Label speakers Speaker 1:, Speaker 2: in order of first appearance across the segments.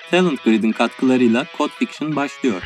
Speaker 1: Talent Grid'in katkılarıyla Code Fiction başlıyor.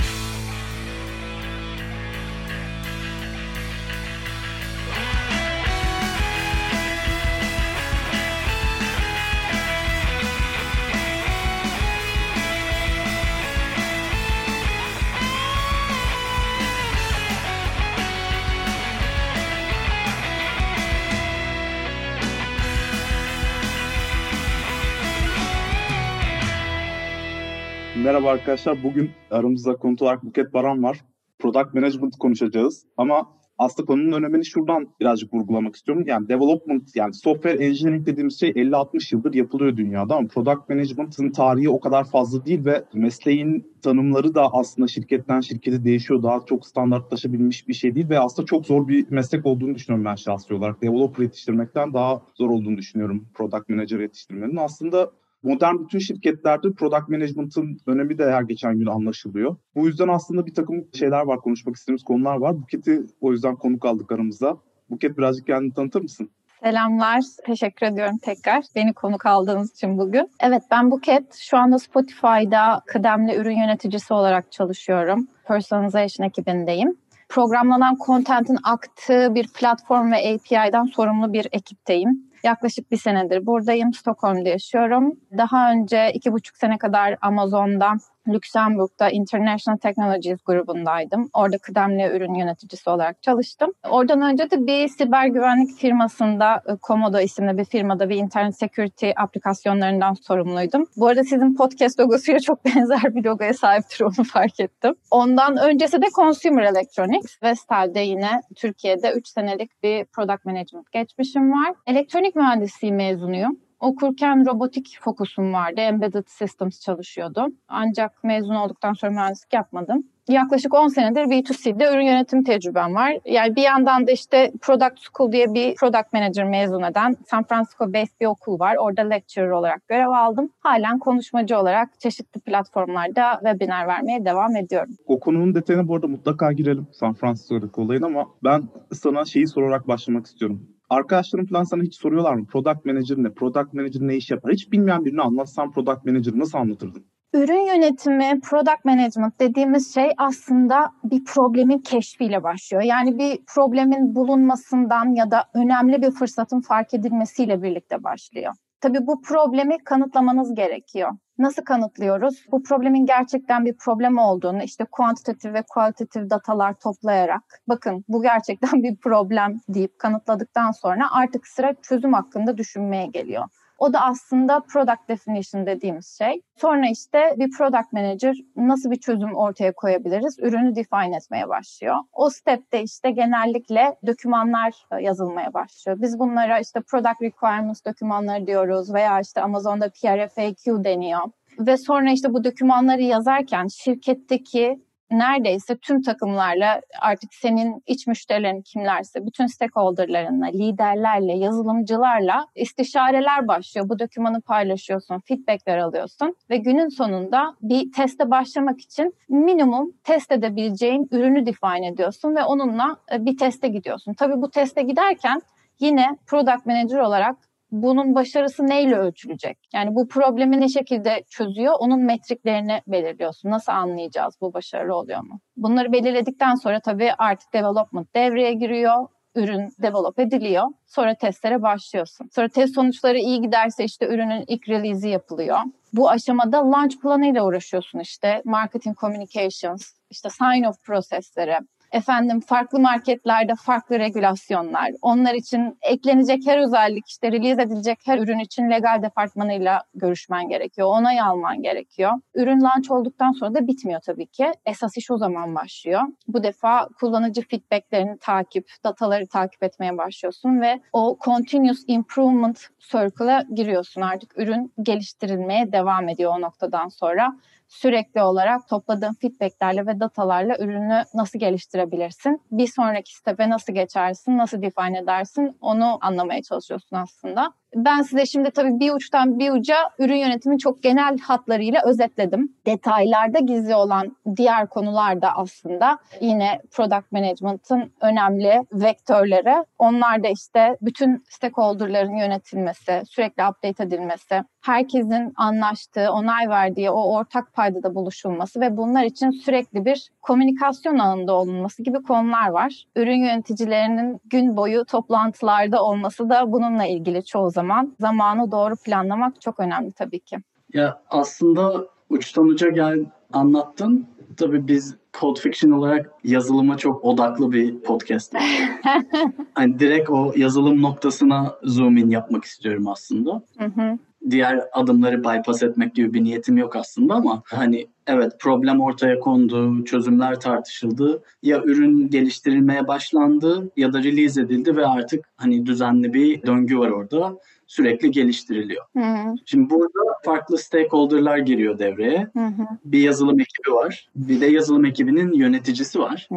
Speaker 2: Merhaba arkadaşlar. Bugün aramızda konuk olarak Buket Baran var. Product Management konuşacağız. Ama aslında konunun önemini şuradan birazcık vurgulamak istiyorum. Yani development, yani software engineering dediğimiz şey 50-60 yıldır yapılıyor dünyada ama product management'ın tarihi o kadar fazla değil ve mesleğin tanımları da aslında şirketten şirkete değişiyor. Daha çok standartlaşabilmiş bir şey değil ve aslında çok zor bir meslek olduğunu düşünüyorum ben şahsi olarak. Developer yetiştirmekten daha zor olduğunu düşünüyorum product manager yetiştirmenin. Aslında modern bütün şirketlerde product management'ın önemi de her geçen gün anlaşılıyor. Bu yüzden aslında bir takım şeyler var, konuşmak istediğimiz konular var. Buket'i o yüzden konuk aldık aramıza. Buket, birazcık kendini tanıtır mısın?
Speaker 3: Selamlar, teşekkür ediyorum tekrar beni konuk aldığınız için bugün. Evet, ben Buket. Şu anda Spotify'da kıdemli ürün yöneticisi olarak çalışıyorum. Personalization ekibindeyim. Programlanan content'in aktığı bir platform ve API'den sorumlu bir ekipteyim. Yaklaşık 1 senedir buradayım. Stockholm'da yaşıyorum. Daha önce 2,5 sene kadar Amazon'da, Lüksemburg'da International Technologies grubundaydım. Orada kıdemli ürün yöneticisi olarak çalıştım. Oradan önce de bir siber güvenlik firmasında, Komodo isimli bir firmada bir internet security aplikasyonlarından sorumluydum. Bu arada sizin podcast logosuyla çok benzer bir logoya sahiptir, onu fark ettim. Ondan öncesi de Consumer Electronics. Vestel'de yine Türkiye'de 3 senelik bir product management geçmişim var. Elektronik mühendisliği mezunuyum. Okurken robotik fokusum vardı. Embedded Systems çalışıyordum. Ancak mezun olduktan sonra mühendislik yapmadım. Yaklaşık 10 senedir B2C'de ürün yönetim tecrübem var. Yani bir yandan da işte Product School diye bir Product Manager mezun eden San Francisco based bir okul var. Orada lecturer olarak görev aldım. Halen konuşmacı olarak çeşitli platformlarda webinar vermeye devam ediyorum.
Speaker 2: O konunun detayına bu arada mutlaka girelim, San Francisco'daki olayın, ama ben sana şeyi sorarak başlamak istiyorum. Arkadaşlarım falan sana hiç soruyorlar mı? Product Manager ne? Product Manager ne iş yapar? Hiç bilmeyen birine anlatsan Product Manager'ı nasıl anlatırdın?
Speaker 3: Ürün yönetimi, product management dediğimiz şey aslında bir problemin keşfiyle başlıyor. Yani bir problemin bulunmasından ya da önemli bir fırsatın fark edilmesiyle birlikte başlıyor. Tabii bu problemi kanıtlamanız gerekiyor. Nasıl kanıtlıyoruz? Bu problemin gerçekten bir problem olduğunu işte kuantitatif ve kualitatif datalar toplayarak, bakın bu gerçekten bir problem deyip kanıtladıktan sonra artık sıra çözüm hakkında düşünmeye geliyor. O da aslında product definition dediğimiz şey. Sonra işte bir product manager nasıl bir çözüm ortaya koyabiliriz? Ürünü define etmeye başlıyor. O step'te işte genellikle dokümanlar yazılmaya başlıyor. Biz bunlara işte product requirements dokümanları diyoruz veya işte Amazon'da PRFAQ deniyor. Ve sonra işte bu dokümanları yazarken şirketteki neredeyse tüm takımlarla, artık senin iç müşterilerin kimlerse, bütün stakeholderlarınla, liderlerle, yazılımcılarla istişareler başlıyor. Bu dokümanı paylaşıyorsun, feedbackler alıyorsun ve günün sonunda bir teste başlamak için minimum test edebileceğin ürünü define ediyorsun ve onunla bir teste gidiyorsun. Tabii bu teste giderken yine product manager olarak bunun başarısı neyle ölçülecek? Yani bu problemi ne şekilde çözüyor? Onun metriklerini belirliyorsun. Nasıl anlayacağız bu başarılı oluyor mu? Bunları belirledikten sonra tabii artık development devreye giriyor. Ürün develop ediliyor. Sonra testlere başlıyorsun. Sonra test sonuçları iyi giderse işte ürünün ilk release'i yapılıyor. Bu aşamada launch planıyla uğraşıyorsun işte. Marketing communications, işte sign-off prosesleri. Farklı marketlerde farklı regülasyonlar. Onlar için eklenecek her özellik, işte release edilecek her ürün için legal departmanıyla görüşmen gerekiyor. Onay alman gerekiyor. Ürün launch olduktan sonra da bitmiyor tabii ki. Esas iş o zaman başlıyor. Bu defa kullanıcı feedbacklerini takip, dataları takip etmeye başlıyorsun ve o continuous improvement circle'a giriyorsun. Artık ürün geliştirilmeye devam ediyor o noktadan sonra. Sürekli olarak topladığın feedbacklerle ve datalarla ürünü nasıl geliştirebilirsin? Bir sonraki step'e nasıl geçersin, nasıl define edersin? Onu anlamaya çalışıyorsun aslında. Ben size şimdi tabii bir uçtan bir uca ürün yönetimi çok genel hatlarıyla özetledim. Detaylarda gizli olan diğer konular da aslında yine product management'ın önemli vektörleri. Onlar da işte bütün stakeholder'ların yönetilmesi, sürekli update edilmesi, herkesin anlaştığı, onay verdiği o ortak paydada buluşulması ve bunlar için sürekli bir komünikasyon ağında olunması gibi konular var. Ürün yöneticilerinin gün boyu toplantılarda olması da bununla ilgili çoğu zaman. Zamanı doğru planlamak çok önemli tabii ki.
Speaker 4: Ya aslında uçtan uca anlattın. Tabii biz Code Fiction olarak yazılıma çok odaklı bir podcast. Hani direkt o yazılım noktasına zoom in yapmak istiyorum aslında. Diğer adımları bypass etmek gibi bir niyetim yok aslında ama hani evet, problem ortaya kondu, çözümler tartışıldı. Ya ürün geliştirilmeye başlandı ya da release edildi ve artık hani düzenli bir döngü var orada. Sürekli geliştiriliyor. Şimdi burada farklı stakeholder'lar giriyor devreye. Bir yazılım ekibi var. Bir de yazılım ekibinin yöneticisi var.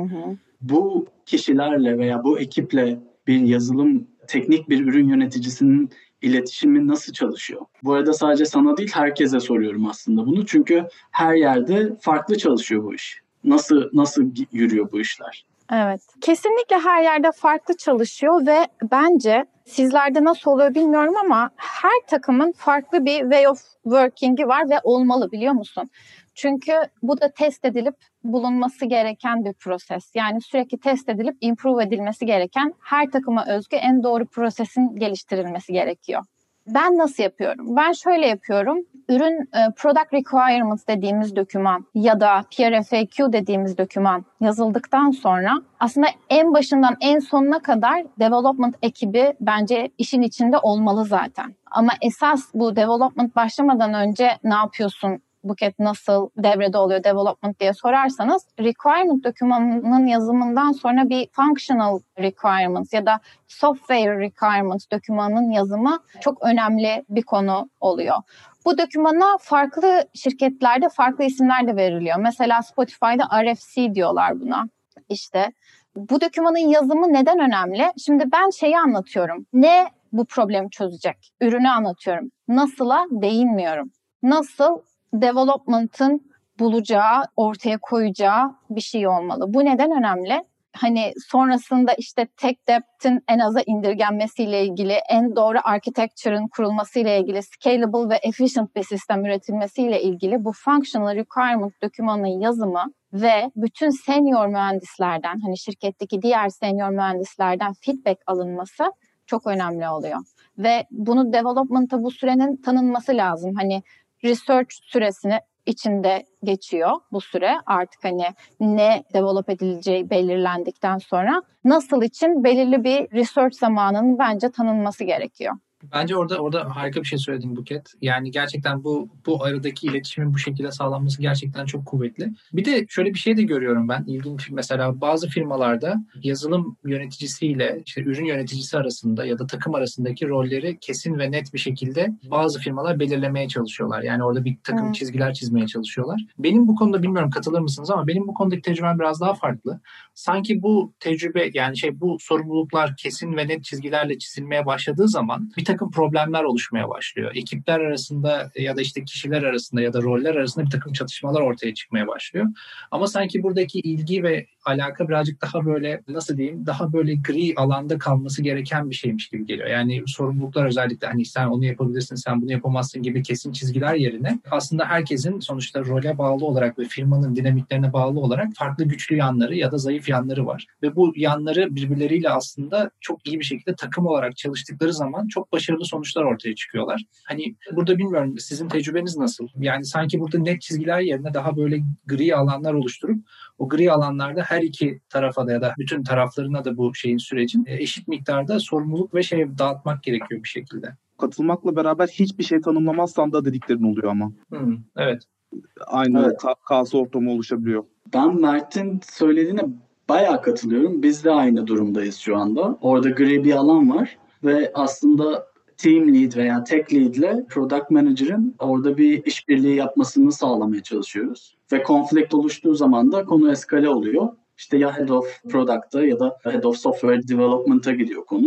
Speaker 4: Bu kişilerle veya bu ekiple bir yazılım, teknik bir ürün yöneticisinin iletişimi nasıl çalışıyor? Bu arada sadece sana değil, herkese soruyorum aslında bunu. Çünkü her yerde farklı çalışıyor bu iş. Nasıl yürüyor bu işler?
Speaker 3: Evet. Kesinlikle her yerde farklı çalışıyor ve bence sizlerde nasıl oluyor bilmiyorum ama her takımın farklı bir way of working'i var ve olmalı, biliyor musun? Çünkü bu da test edilip bulunması gereken bir proses. Yani sürekli test edilip improve edilmesi gereken, her takıma özgü en doğru prosesin geliştirilmesi gerekiyor. Ben nasıl yapıyorum? Ben şöyle yapıyorum. Ürün Product Requirements dediğimiz doküman ya da PRFAQ dediğimiz doküman yazıldıktan sonra aslında en başından en sonuna kadar development ekibi bence işin içinde olmalı zaten. Ama esas bu development başlamadan önce ne yapıyorsun? Buket nasıl devrede oluyor development diye sorarsanız, requirement dokümanının yazımından sonra bir functional requirements ya da software requirements dokümanının yazımı çok önemli bir konu oluyor. Bu dokümana farklı şirketlerde farklı isimler de veriliyor. Mesela Spotify'da RFC diyorlar buna. İşte bu dokümanın yazımı neden önemli? Şimdi ben şeyi anlatıyorum. Ne bu problemi çözecek? Ürünü anlatıyorum. Nasıl'a değinmiyorum. Nasıl development'ın bulacağı, ortaya koyacağı bir şey olmalı. Bu neden önemli? Hani sonrasında işte tech debt'in en aza indirgenmesiyle ilgili, en doğru architecture'ın kurulmasıyla ilgili, scalable ve efficient bir sistem üretilmesiyle ilgili bu functional requirement dokümanının yazımı ve bütün senior mühendislerden, hani şirketteki diğer senior mühendislerden feedback alınması çok önemli oluyor. Ve bunu development'a bu sürenin tanınması lazım. Hani research süresini içinde geçiyor bu süre. Artık hani ne develop edileceği belirlendikten sonra nasıl için belirli bir research zamanının bence tanınması gerekiyor.
Speaker 5: Bence orada harika bir şey söyledin Buket. Yani gerçekten bu aradaki iletişimin bu şekilde sağlanması gerçekten çok kuvvetli. Bir de şöyle bir şey de görüyorum ben. İlginç, mesela bazı firmalarda yazılım yöneticisiyle işte ürün yöneticisi arasında ya da takım arasındaki rolleri kesin ve net bir şekilde bazı firmalar belirlemeye çalışıyorlar. Yani orada bir takım çizgiler çizmeye çalışıyorlar. Benim bu konuda, bilmiyorum katılır mısınız ama benim bu konudaki tecrübem biraz daha farklı. Sanki bu tecrübe, yani bu sorumluluklar kesin ve net çizgilerle çizilmeye başladığı zaman bir takım problemler oluşmaya başlıyor. Ekipler arasında ya da işte kişiler arasında ya da roller arasında bir takım çatışmalar ortaya çıkmaya başlıyor. Ama sanki buradaki ilgi ve alaka birazcık daha böyle, nasıl diyeyim, daha böyle gri alanda kalması gereken bir şeymiş gibi geliyor. Yani sorumluluklar, özellikle hani sen onu yapabilirsin, sen bunu yapamazsın gibi kesin çizgiler yerine aslında herkesin sonuçta role bağlı olarak ve firmanın dinamiklerine bağlı olarak farklı güçlü yanları ya da zayıf yanları var. Ve bu yanları birbirleriyle aslında çok iyi bir şekilde takım olarak çalıştıkları zaman çok başarılı sonuçlar ortaya çıkıyorlar. Hani burada bilmiyorum, sizin tecrübeniz nasıl? Yani sanki burada net çizgiler yerine daha böyle gri alanlar oluşturup o gri alanlarda her iki tarafa da ya da bütün taraflarına da bu sürecin eşit miktarda sorumluluk ve dağıtmak gerekiyor bir şekilde.
Speaker 2: Katılmakla beraber hiçbir şey tanımlamazsan da dediklerin oluyor ama.
Speaker 5: Evet.
Speaker 2: Aynı evet. Kaos ortamı oluşabiliyor.
Speaker 4: Ben Mert'in söylediğine bayağı katılıyorum. Biz de aynı durumdayız şu anda. Orada gri bir alan var ve aslında team lead veya tech lead ile product manager'ın orada bir işbirliği yapmasını sağlamaya çalışıyoruz. Ve konflikt oluştuğu zaman da konu eskale oluyor. İşte ya head of product'a ya da head of software development'a gidiyor konu.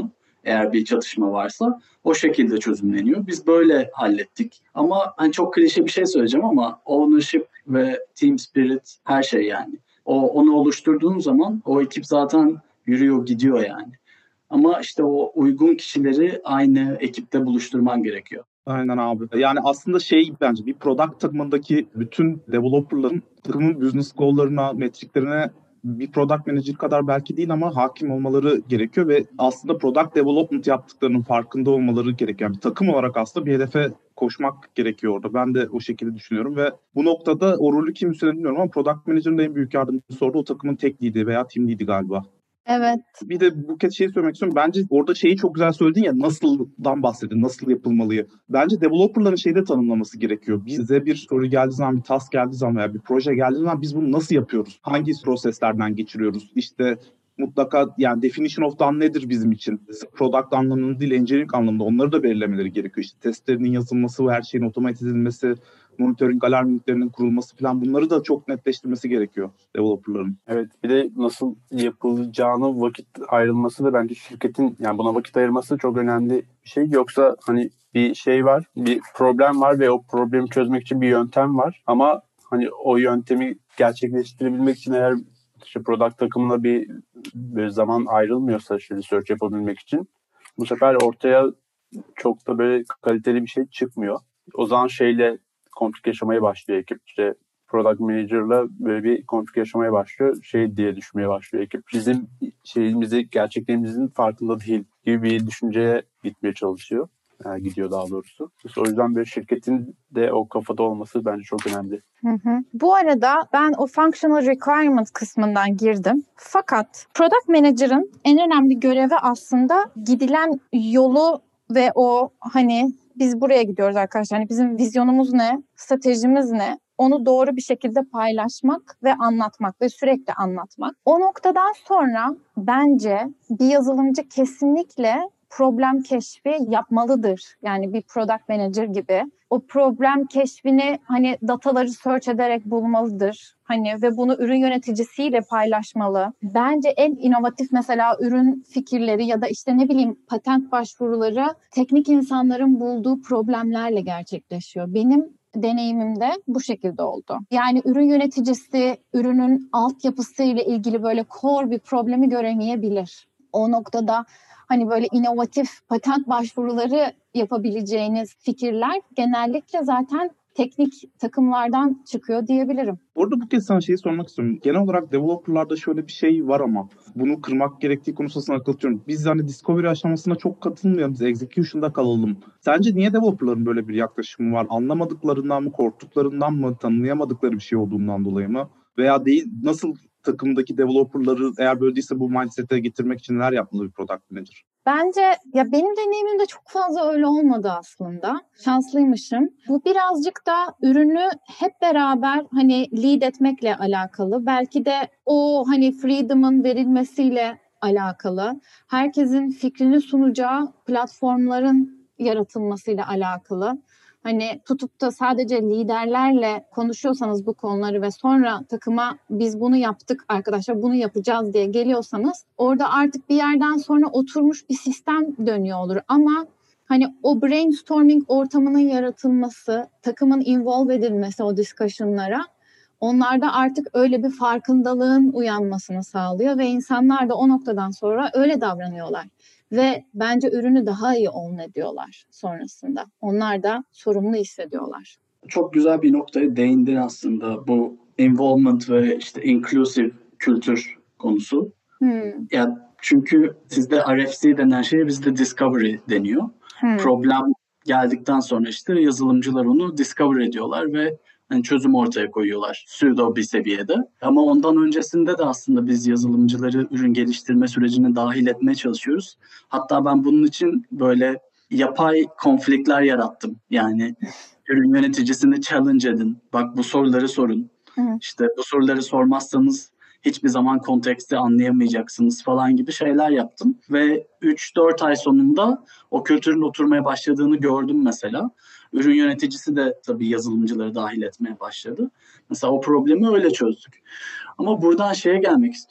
Speaker 4: Eğer bir çatışma varsa o şekilde çözümleniyor. Biz böyle hallettik. Ama hani çok klişe bir şey söyleyeceğim ama ownership ve team spirit her şey yani. Onu oluşturduğun zaman o ekip zaten yürüyor gidiyor yani. Ama işte o uygun kişileri aynı ekipte buluşturman gerekiyor.
Speaker 2: Aynen abi. Yani aslında bence bir product takımındaki bütün developerların takımın business goal'larına, metriklerine bir product manager kadar belki değil ama hakim olmaları gerekiyor ve aslında product development yaptıklarının farkında olmaları gerekiyor. Yani bir takım olarak aslında bir hedefe koşmak gerekiyor orada. Ben de o şekilde düşünüyorum ve bu noktada o rolü kim üstlenir bilmiyorum ama product manager'ın en büyük yardımcısı orada o takımın tek lead'i veya team lead'i galiba.
Speaker 3: Evet.
Speaker 2: Bir de Buket söylemek istiyorum. Bence orada çok güzel söyledin ya, nasıldan bahsedin, nasıl yapılmalıyı. Bence developerların de tanımlaması gerekiyor. Bize bir soru geldiği zaman, bir task geldiği zaman veya bir proje geldiği zaman biz bunu nasıl yapıyoruz? Hangi proseslerden geçiriyoruz? İşte mutlaka yani definition of done nedir bizim için? Product anlamında değil, engineering anlamında onları da belirlemeleri gerekiyor. İşte testlerinin yazılması ve her şeyin otomatik edilmesi, monitoring alarm ünitlerinin kurulması falan, bunları da çok netleştirmesi gerekiyor developerların.
Speaker 6: Evet, bir de nasıl yapılacağını vakit ayrılması da bence şirketin yani buna vakit ayırması çok önemli bir şey. Yoksa hani bir şey var, bir problem var ve o problemi çözmek için bir yöntem var. Ama hani o yöntemi gerçekleştirebilmek için eğer işte product takımına bir zaman ayrılmıyorsa işte research yapabilmek için bu sefer ortaya çok da böyle kaliteli bir şey çıkmıyor. O zaman konflik yaşamaya başlıyor ekip. İşte product manager'la böyle bir konflik yaşamaya başlıyor. Diye düşünmeye başlıyor ekip. Bizim gerçeklerimizin farkında değil gibi bir düşünceye gitmeye çalışıyor. Yani gidiyor daha doğrusu. O yüzden böyle şirketin de o kafada olması bence çok önemli.
Speaker 3: Bu arada ben o functional requirement kısmından girdim. Fakat product manager'ın en önemli görevi aslında gidilen yolu ve o hani biz buraya gidiyoruz arkadaşlar. Hani bizim vizyonumuz ne, stratejimiz ne? Onu doğru bir şekilde paylaşmak ve anlatmak ve sürekli anlatmak. O noktadan sonra bence bir yazılımcı kesinlikle problem keşfi yapmalıdır. Yani bir product manager gibi. O problem keşfini hani dataları search ederek bulmalıdır. Hani ve bunu ürün yöneticisiyle paylaşmalı. Bence en inovatif mesela ürün fikirleri ya da işte patent başvuruları teknik insanların bulduğu problemlerle gerçekleşiyor. Benim deneyimimde bu şekilde oldu. Yani ürün yöneticisi ürünün altyapısıyla ilgili böyle core bir problemi göremeyebilir. O noktada hani böyle inovatif patent başvuruları yapabileceğiniz fikirler genellikle zaten teknik takımlardan çıkıyor diyebilirim.
Speaker 2: Orada bu kez sana sormak istiyorum. Genel olarak developerlarda şöyle bir şey var ama bunu kırmak gerektiği konusunda sana katılıyorum. Biz discovery aşamasına çok katılmayalım. Biz execution'da kalalım. Sence niye developerların böyle bir yaklaşımı var? Anlamadıklarından mı, korktuklarından mı, tanımlayamadıkları bir şey olduğundan dolayı mı? Veya değil, nasıl takımdaki developerları eğer böyle değilse bu mindset'e getirmek için neler yapmalı bir product manager?
Speaker 3: Bence ya benim deneyimimde çok fazla öyle olmadı aslında. Şanslıymışım. Bu birazcık da ürünü hep beraber lead etmekle alakalı. Belki de o freedom'ın verilmesiyle alakalı. Herkesin fikrini sunacağı platformların yaratılmasıyla alakalı. Tutup da sadece liderlerle konuşuyorsanız bu konuları ve sonra takıma biz bunu yaptık arkadaşlar, bunu yapacağız diye geliyorsanız orada artık bir yerden sonra oturmuş bir sistem dönüyor olur. Ama o brainstorming ortamının yaratılması, takımın involve edilmesi o discussion'lara, onlarda artık öyle bir farkındalığın uyanmasını sağlıyor ve insanlar da o noktadan sonra öyle davranıyorlar. Ve bence ürünü daha iyi own ediyorlar sonrasında. Onlar da sorumlu hissediyorlar.
Speaker 4: Çok güzel bir noktaya değindin aslında, bu involvement ve işte inclusive kültür konusu. Yani çünkü sizde RFC denen şey, bizde discovery deniyor. Problem geldikten sonra işte yazılımcılar onu discover ediyorlar ve çözüm ortaya koyuyorlar pseudo bir seviyede. Ama ondan öncesinde de aslında biz yazılımcıları ürün geliştirme sürecine dahil etmeye çalışıyoruz. Hatta ben bunun için böyle yapay konfliktler yarattım. Yani ürün yöneticisini challenge edin. Bak, bu soruları sorun. İşte bu soruları sormazsanız hiçbir zaman konteksti anlayamayacaksınız falan gibi şeyler yaptım. Ve 3-4 ay sonunda o kültürün oturmaya başladığını gördüm mesela. Ürün yöneticisi de tabii yazılımcıları dahil etmeye başladı. Mesela o problemi öyle çözdük. Ama buradan gelmek istiyorum.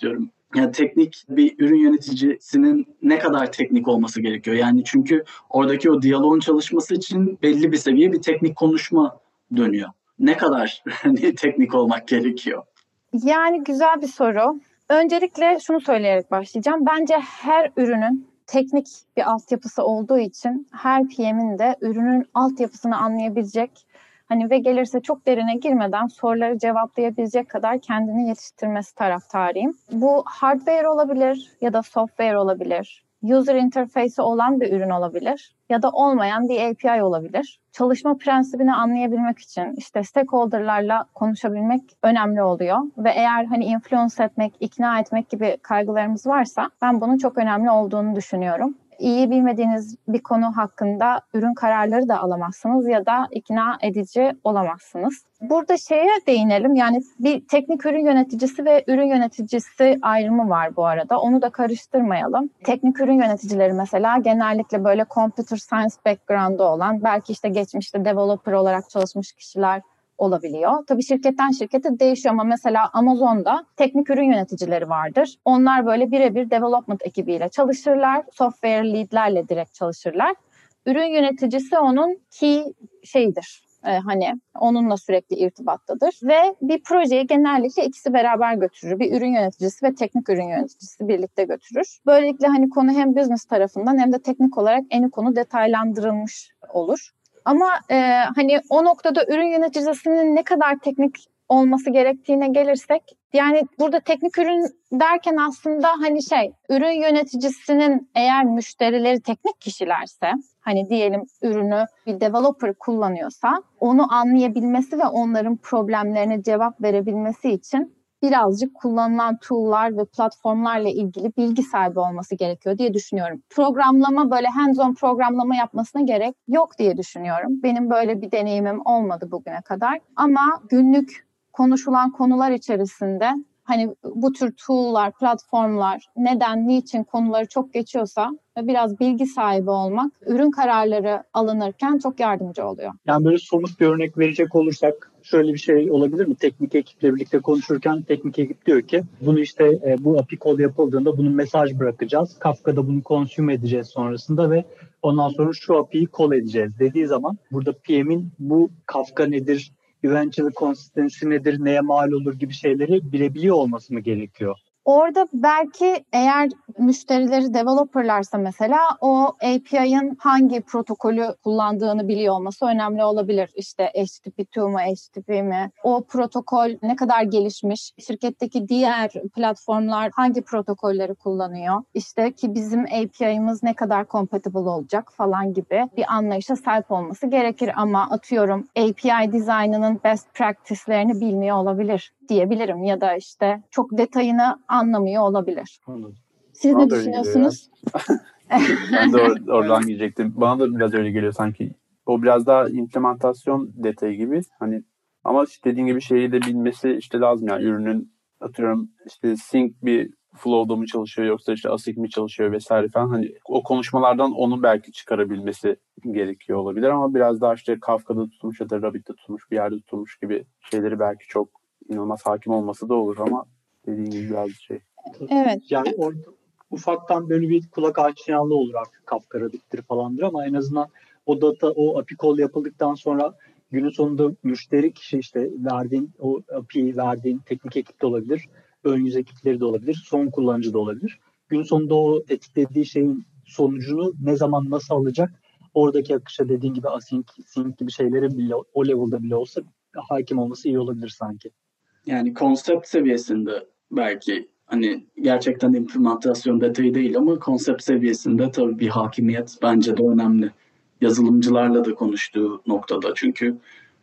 Speaker 4: Yani teknik bir ürün yöneticisinin ne kadar teknik olması gerekiyor? Yani çünkü oradaki o diyaloğun çalışması için belli bir seviye bir teknik konuşma dönüyor. Ne kadar teknik olmak gerekiyor?
Speaker 3: Yani güzel bir soru. Öncelikle şunu söyleyerek başlayacağım. Bence her ürünün teknik bir altyapısı olduğu için her PM'in de ürünün altyapısını anlayabilecek ve gelirse çok derine girmeden soruları cevaplayabilecek kadar kendini yetiştirmesi taraftarıyım. Bu hardware olabilir ya da software olabilir. User interface'i olan bir ürün olabilir ya da olmayan bir API olabilir. Çalışma prensibini anlayabilmek için stakeholder'larla konuşabilmek önemli oluyor ve eğer influence etmek, ikna etmek gibi kaygılarımız varsa ben bunun çok önemli olduğunu düşünüyorum. İyi bilmediğiniz bir konu hakkında ürün kararları da alamazsınız ya da ikna edici olamazsınız. Burada şeye değinelim. Yani bir teknik ürün yöneticisi ve ürün yöneticisi ayrımı var bu arada. Onu da karıştırmayalım. Teknik ürün yöneticileri mesela genellikle böyle computer science background'ı olan, belki geçmişte developer olarak çalışmış kişiler olabiliyor. Tabii şirketten şirkete değişiyor ama mesela Amazon'da teknik ürün yöneticileri vardır. Onlar böyle birebir development ekibiyle çalışırlar. Software lead'lerle direkt çalışırlar. Ürün yöneticisi onun key şeyidir. Onunla sürekli irtibattadır ve bir projeyi genellikle ikisi beraber götürür. Bir ürün yöneticisi ve teknik ürün yöneticisi birlikte götürür. Böylelikle konu hem business tarafından hem de teknik olarak konu detaylandırılmış olur. Ama o noktada ürün yöneticisinin ne kadar teknik olması gerektiğine gelirsek, yani burada teknik ürün derken aslında ürün yöneticisinin eğer müşterileri teknik kişilerse, diyelim ürünü bir developer kullanıyorsa onu anlayabilmesi ve onların problemlerine cevap verebilmesi için birazcık kullanılan tool'lar ve platformlarla ilgili bilgi sahibi olması gerekiyor diye düşünüyorum. Programlama, böyle hands-on programlama yapmasına gerek yok diye düşünüyorum. Benim böyle bir deneyimim olmadı bugüne kadar. Ama günlük konuşulan konular içerisinde bu tür tool'lar, platformlar neden, niçin konuları çok geçiyorsa biraz bilgi sahibi olmak ürün kararları alınırken çok yardımcı oluyor.
Speaker 7: Yani böyle somut bir örnek verecek olursak şöyle bir şey olabilir mi? Teknik ekiple birlikte konuşurken teknik ekip diyor ki bunu bu API call yapıldığında bunu mesaj bırakacağız. Kafka'da bunu consume edeceğiz sonrasında ve ondan sonra şu API'yi call edeceğiz dediği zaman burada PM'in bu Kafka nedir, eventual consistency nedir, neye mal olur gibi şeyleri bilebiliyor olması mı gerekiyor?
Speaker 3: Orada belki eğer müşterileri developerlarsa mesela o API'ın hangi protokolü kullandığını biliyor olması önemli olabilir. HTTP2 mu, HTTP mi? O protokol ne kadar gelişmiş? Şirketteki diğer platformlar hangi protokolleri kullanıyor? Ki bizim API'miz ne kadar compatible olacak falan gibi bir anlayışa sahip olması gerekir. Ama atıyorum API dizaynının best practice'lerini bilmiyor olabilir diyebilirim ya da çok detayını anlamıyor olabilir.
Speaker 7: Anladım.
Speaker 3: Siz ne düşünüyorsunuz?
Speaker 6: Ben de oradan gidecektim. Bana da biraz öyle geliyor sanki. O biraz daha implementasyon detayı gibi. Ama dediğin gibi şeyi de bilmesi lazım yani ürünün atıyorum sync bir flow'da mı çalışıyor yoksa async mi çalışıyor vesaire falan. O konuşmalardan onu belki çıkarabilmesi gerekiyor olabilir ama biraz daha Kafka'da tutulmuş ya da Rabbit'te tutulmuş bir yerde tutulmuş gibi şeyleri belki çok inanılmaz hakim olması da olur ama dediğin gibi biraz
Speaker 3: Evet.
Speaker 7: Yani orada ufaktan böyle bir kulak aşinalığı olur artık Kafka Rabbit'tir falandır ama en azından o data, o API call yapıldıktan sonra günün sonunda müşteri kişi verdiğin o API'yi verdiğin teknik ekip de olabilir, ön yüz ekipleri de olabilir, son kullanıcı da olabilir. Gün sonunda o tetiklediği şeyin sonucunu ne zaman nasıl alacak? Oradaki akışa dediğin gibi async, sync gibi şeyleri bile o level'da bile olsa hakim olması iyi olabilir sanki.
Speaker 4: Yani konsept seviyesinde belki gerçekten implementasyon detayı değil ama konsept seviyesinde tabii bir hakimiyet bence de önemli. Yazılımcılarla da konuştuğu noktada çünkü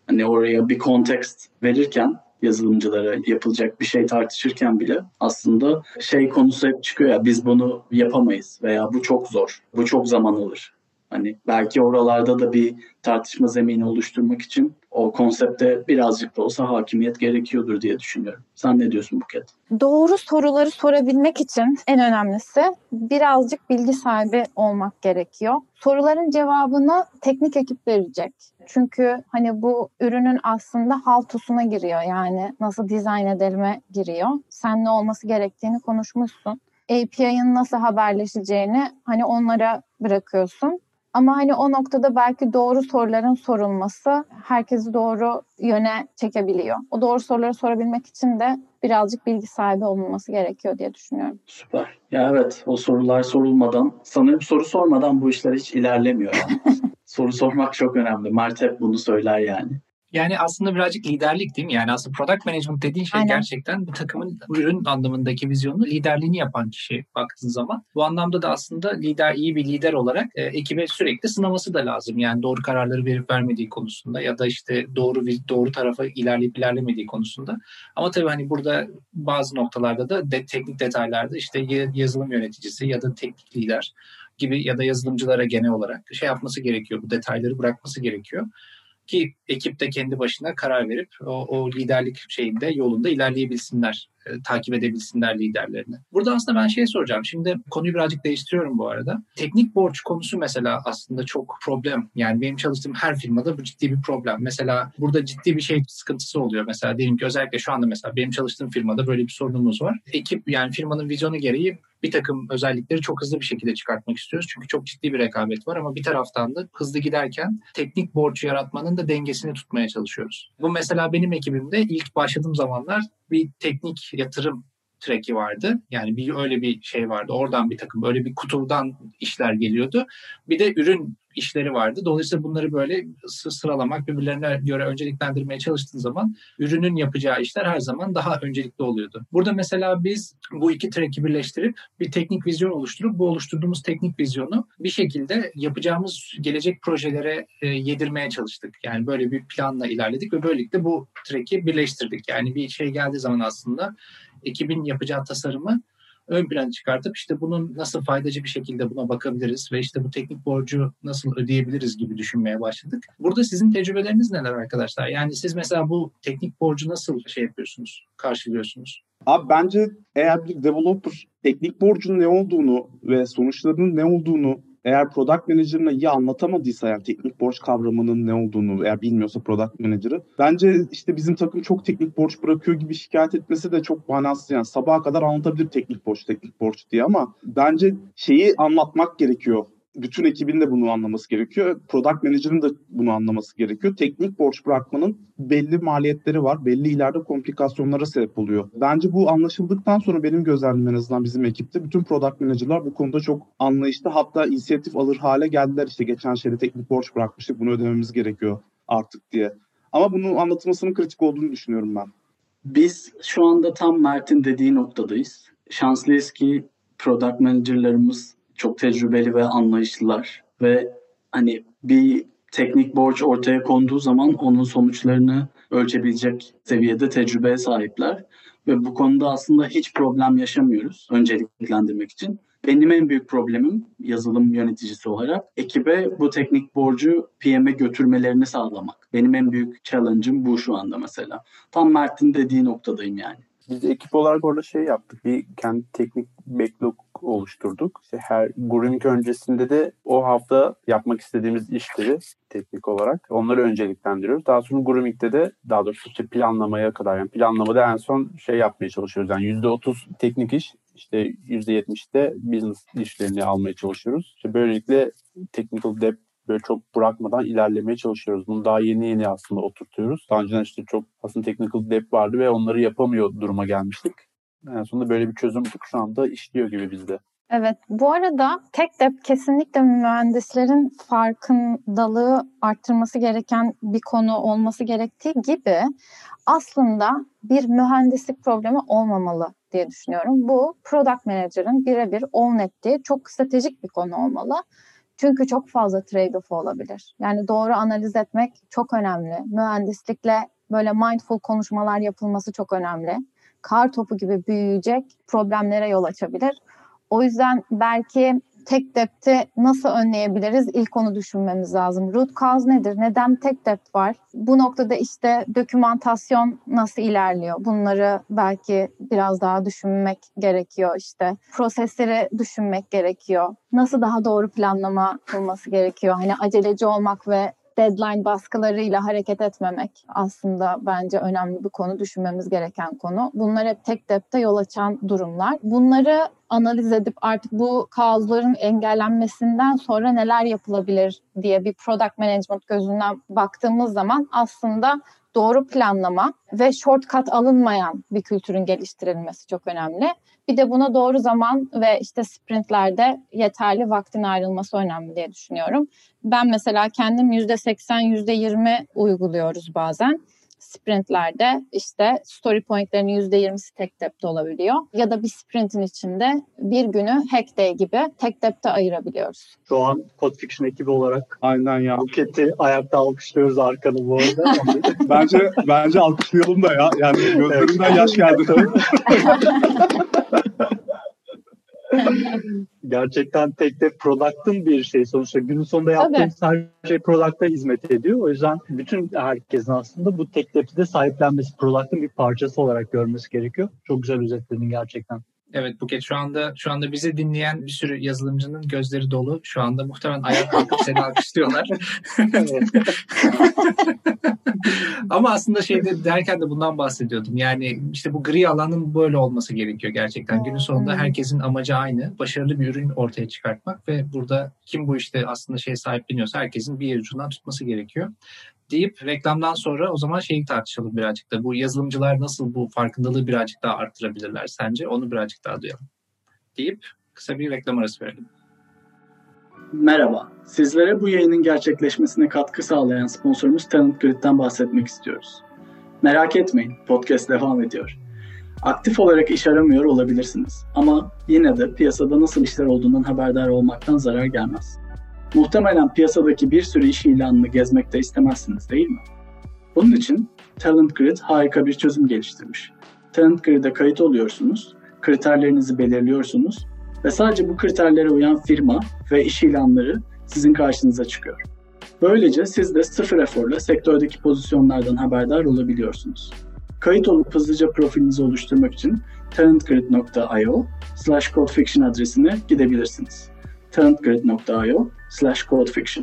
Speaker 4: oraya bir kontekst verirken yazılımcılara yapılacak bir şey tartışırken bile aslında konusu hep çıkıyor ya biz bunu yapamayız veya bu çok zor, bu çok zaman alır. Belki oralarda da bir tartışma zemini oluşturmak için o konsepte birazcık da olsa hakimiyet gerekiyordur diye düşünüyorum. Sen ne diyorsun Buket?
Speaker 3: Doğru soruları sorabilmek için en önemlisi birazcık bilgi sahibi olmak gerekiyor. Soruların cevabını teknik ekip verecek. Çünkü hani bu ürünün aslında how to'suna giriyor. Yani nasıl dizayn edilme giriyor. Sen ne olması gerektiğini konuşmuşsun. API'nin nasıl haberleşeceğini hani onlara bırakıyorsun. Ama hani o noktada belki doğru soruların sorulması herkesi doğru yöne çekebiliyor. O doğru soruları sorabilmek için de birazcık bilgi sahibi olunması gerekiyor diye düşünüyorum.
Speaker 4: Süper. Ya evet, o sorular sorulmadan, sanırım soru sormadan bu işler hiç ilerlemiyor yani. Soru sormak çok önemli. Mert hep bunu söyler yani.
Speaker 5: Yani aslında birazcık liderlik değil mi? Yani aslında product management dediğin şey
Speaker 3: Aynen.
Speaker 5: gerçekten bir takımın ürün anlamındaki vizyonunu, liderliğini yapan kişi baktığın zaman. Bu anlamda da aslında iyi bir lider olarak ekibe sürekli sınaması da lazım. Yani doğru kararları verip vermediği konusunda ya da işte doğru tarafa ilerleyip ilerlemediği konusunda. Ama tabii hani burada bazı noktalarda da teknik detaylarda işte yazılım yöneticisi ya da teknik lider gibi ya da yazılımcılara genel olarak şey yapması gerekiyor. Bu detayları bırakması gerekiyor. Ki ekip de kendi başına karar verip o liderlik yolunda ilerleyebilsinler, takip edebilsinler liderlerini. Burada aslında ben soracağım. Şimdi konuyu birazcık değiştiriyorum bu arada. Teknik borç konusu mesela aslında çok problem. Yani benim çalıştığım her firmada bu ciddi bir problem. Mesela burada ciddi bir sıkıntısı oluyor. Mesela diyelim ki özellikle şu anda mesela benim çalıştığım firmada böyle bir sorunumuz var. Ekip yani firmanın vizyonu gereği bir takım özellikleri çok hızlı bir şekilde çıkartmak istiyoruz. Çünkü çok ciddi bir rekabet var ama bir taraftan da hızlı giderken teknik borç yaratmanın da dengesini tutmaya çalışıyoruz. Bu mesela benim ekibimde ilk başladığım zamanlar bir teknik yatırım track'i vardı. Yani öyle bir şey vardı. Oradan bir takım böyle bir kutudan işler geliyordu. Bir de ürün işleri vardı. Dolayısıyla bunları böyle sıralamak, birbirlerine göre önceliklendirmeye çalıştığın zaman ürünün yapacağı işler her zaman daha öncelikli oluyordu. Burada mesela biz bu iki track'i birleştirip bir teknik vizyon oluşturup bu oluşturduğumuz teknik vizyonu bir şekilde yapacağımız gelecek projelere yedirmeye çalıştık. Yani böyle bir planla ilerledik ve böylelikle bu track'i birleştirdik. Yani bir şey geldiği zaman aslında ekibin yapacağı tasarımı ön plana çıkartıp işte bunun nasıl faydacı bir şekilde buna bakabiliriz ve işte bu teknik borcu nasıl ödeyebiliriz gibi düşünmeye başladık. Burada sizin tecrübeleriniz neler arkadaşlar? Yani siz mesela bu teknik borcu nasıl yapıyorsunuz, karşılıyorsunuz?
Speaker 2: Abi bence eğer bir developer teknik borcun ne olduğunu ve sonuçlarının ne olduğunu eğer product manager'ına iyi anlatamadıysa, yani teknik borç kavramının ne olduğunu eğer bilmiyorsa product manager'ı, bence işte bizim takım çok teknik borç bırakıyor gibi şikayet etmesi de çok manasız. Yani sabaha kadar anlatabilir teknik borç diye, ama bence anlatmak gerekiyor. Bütün ekibin de bunu anlaması gerekiyor. Product Manager'ın da bunu anlaması gerekiyor. Teknik borç bırakmanın belli maliyetleri var. Belli ileride komplikasyonlara sebep oluyor. Bence bu anlaşıldıktan sonra benim gözlemim en azından bizim ekipte bütün Product Manager'lar bu konuda çok anlayışlı. Hatta inisiyatif alır hale geldiler. İşte geçen teknik borç bırakmıştık. Bunu ödememiz gerekiyor artık diye. Ama bunun anlatılmasının kritik olduğunu düşünüyorum ben.
Speaker 4: Biz şu anda tam Mert'in dediği noktadayız. Şanslıyız ki Product Manager'larımız çok tecrübeli ve anlayışlılar ve hani bir teknik borç ortaya konduğu zaman onun sonuçlarını ölçebilecek seviyede tecrübeye sahipler ve bu konuda aslında hiç problem yaşamıyoruz önceliklendirmek için. Benim en büyük problemim yazılım yöneticisi olarak ekibe bu teknik borcu PM'e götürmelerini sağlamak. Benim en büyük challenge'ım bu şu anda mesela. Tam Mert'in dediği noktadayım yani.
Speaker 6: Biz ekip olarak orada yaptık. Bir kendi teknik backlog oluşturduk. İşte her grooming öncesinde de o hafta yapmak istediğimiz işleri teknik olarak onları önceliklendiriyoruz. Daha sonra grooming'de de daha doğrusu planlamaya kadar, yani planlamada en son yapmaya çalışıyoruz. Yani %30 teknik iş, işte %70'de business işlerini almaya çalışıyoruz. İşte böylelikle technical debt böyle çok bırakmadan ilerlemeye çalışıyoruz. Bunu daha yeni aslında oturtuyoruz. Daha önceden çok aslında technical debt vardı ve onları yapamıyor duruma gelmiştik. En sonunda böyle bir çözüm bulduk. Şu anda işliyor gibi bizde.
Speaker 3: Evet, bu arada tech debt kesinlikle mühendislerin farkındalığı arttırması gereken bir konu olması gerektiği gibi aslında bir mühendislik problemi olmamalı diye düşünüyorum. Bu product manager'ın birebir own ettiği çok stratejik bir konu olmalı. Çünkü çok fazla trade-off olabilir. Yani doğru analiz etmek çok önemli. Mühendislikle böyle mindful konuşmalar yapılması çok önemli. Kar topu gibi büyüyecek problemlere yol açabilir. O yüzden belki tek debt'i nasıl önleyebiliriz? İlk onu düşünmemiz lazım. Root cause nedir? Neden tek debt var? Bu noktada işte dokümantasyon nasıl ilerliyor? Bunları belki biraz daha düşünmek gerekiyor işte. Prosesleri düşünmek gerekiyor. Nasıl daha doğru planlama yapılması gerekiyor? Hani aceleci olmak ve deadline baskılarıyla hareket etmemek aslında bence önemli bir konu, düşünmemiz gereken konu. Bunlar hep tek debte yol açan durumlar. Bunları analiz edip artık bu kaosların engellenmesinden sonra neler yapılabilir diye bir product management gözünden baktığımız zaman aslında doğru planlama ve shortcut alınmayan bir kültürün geliştirilmesi çok önemli. Bir de buna doğru zaman ve işte sprintlerde yeterli vaktin ayrılması önemli diye düşünüyorum. Ben mesela kendim %80, %20 uyguluyoruz bazen. Sprintlerde işte story pointlerin %20'si tek debte olabiliyor. Ya da bir sprintin içinde bir günü hack day gibi tek debte ayırabiliyoruz.
Speaker 7: Şu an Code Fiction ekibi olarak
Speaker 2: Aynen ya.
Speaker 7: Buket'i ayakta alkışlıyoruz arkanı bu arada.
Speaker 2: Bence alkışlayalım da ya. Yani gözlerimden yaş geldi.
Speaker 7: Gerçekten tek de product'ın bir şey sonuçta. Günün sonunda yaptığımız her şey product'a hizmet ediyor. O yüzden bütün herkesin aslında bu tek de sahiplenmesi, product'ın bir parçası olarak görmesi gerekiyor. Çok güzel özetledin gerçekten.
Speaker 5: Evet Buket, şu anda bizi dinleyen bir sürü yazılımcının gözleri dolu. Şu anda muhtemelen ayağa kalkıp seni alkışlıyorlar. Ama aslında derken de bundan bahsediyordum. Yani işte bu gri alanın böyle olması gerekiyor gerçekten. Günün sonunda herkesin amacı aynı. Başarılı bir ürün ortaya çıkartmak ve burada kim bu işte aslında sahipleniyorsa herkesin bir yer ucundan tutması gerekiyor. Deyip reklamdan sonra o zaman tartışalım birazcık da. Bu yazılımcılar nasıl bu farkındalığı birazcık daha arttırabilirler sence? Onu birazcık daha duyalım. Deyip kısa bir reklam arası verelim.
Speaker 4: Merhaba. Sizlere bu yayının gerçekleşmesine katkı sağlayan sponsorumuz Talent Grid'den bahsetmek istiyoruz. Merak etmeyin, podcast devam ediyor. Aktif olarak iş aramıyor olabilirsiniz. Ama yine de piyasada nasıl işler olduğundan haberdar olmaktan zarar gelmez. Muhtemelen piyasadaki bir sürü iş ilanını gezmek de istemezsiniz değil mi? Bunun için Talent Grid harika bir çözüm geliştirmiş. Talent Grid'e kayıt oluyorsunuz, kriterlerinizi belirliyorsunuz ve sadece bu kriterlere uyan firma ve iş ilanları sizin karşınıza çıkıyor. Böylece siz de sıfır eforla sektördeki pozisyonlardan haberdar olabiliyorsunuz. Kayıt olup hızlıca profilinizi oluşturmak için talentgrid.io/codefiction adresine gidebilirsiniz. talentgrid.io/codefiction.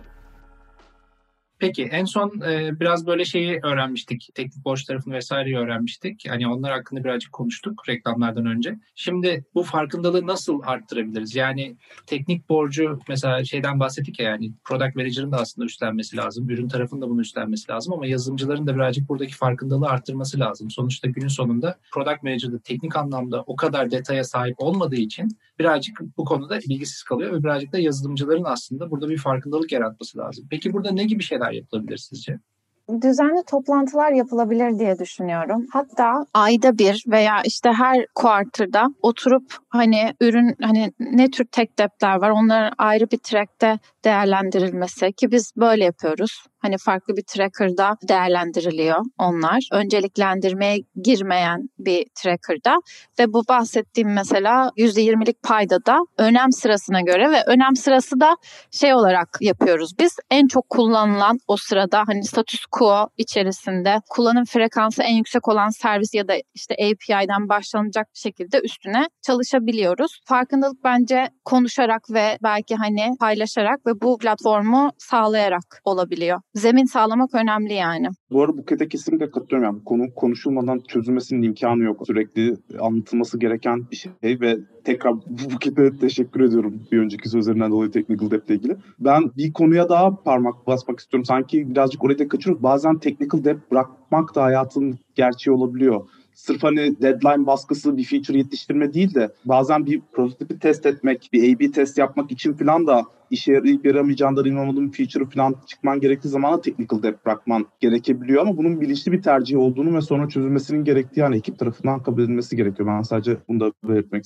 Speaker 5: Peki en son biraz böyle öğrenmiştik. Teknik borç tarafını vesaireyi öğrenmiştik. Hani onlar hakkında birazcık konuştuk reklamlardan önce. Şimdi bu farkındalığı nasıl arttırabiliriz? Yani teknik borcu mesela bahsettik ya, yani product manager'ın da aslında üstlenmesi lazım. Ürün tarafının da bunu üstlenmesi lazım ama yazılımcıların da birazcık buradaki farkındalığı arttırması lazım. Sonuçta günün sonunda product manager'da teknik anlamda o kadar detaya sahip olmadığı için birazcık bu konuda bilgisiz kalıyor ve birazcık da yazılımcıların aslında burada bir farkındalık yaratması lazım. Peki burada ne gibi şeyler yapılabilir sizce?
Speaker 3: Düzenli toplantılar yapılabilir diye düşünüyorum. Hatta ayda bir veya işte her quarter'da oturup ürün ne tür tek debt'ler var onların ayrı bir track'te değerlendirilmesi, ki biz böyle yapıyoruz. Farklı bir tracker'da değerlendiriliyor onlar. Önceliklendirmeye girmeyen bir tracker'da ve bu bahsettiğim mesela %20'lik payda da önem sırasına göre ve önem sırası da olarak yapıyoruz. Biz en çok kullanılan o sırada status quo içerisinde kullanım frekansı en yüksek olan servis ya da işte API'den başlanacak şekilde üstüne çalışabiliyoruz. Farkındalık bence konuşarak ve belki paylaşarak ve bu platformu sağlayarak olabiliyor. Zemin sağlamak önemli yani.
Speaker 2: Bu arada Buket'e kesinlikle katılıyorum. Yani konu konuşulmadan çözülmesinin imkanı yok. Sürekli anlatılması gereken bir şey ve tekrar Buket'e teşekkür ediyorum bir önceki sözlerinden dolayı technical debt ile ilgili. Ben bir konuya daha parmak basmak istiyorum. Sanki birazcık orayı da kaçırıyoruz. Bazen technical debt bırakmak da hayatın gerçeği olabiliyor. Sırf deadline baskısı bir feature yetiştirme değil de bazen bir prototipi test etmek, bir A/B test yapmak için falan da işe yarayıp yaramayacağından emin olmadığın feature falan çıkman gerektiği zaman da technical debt bırakman gerekebiliyor ama bunun bilinçli bir tercih olduğunu ve sonra çözülmesinin gerektiği ekip tarafından kabul edilmesi gerekiyor. Ben sadece bunu da belirtmek istedim.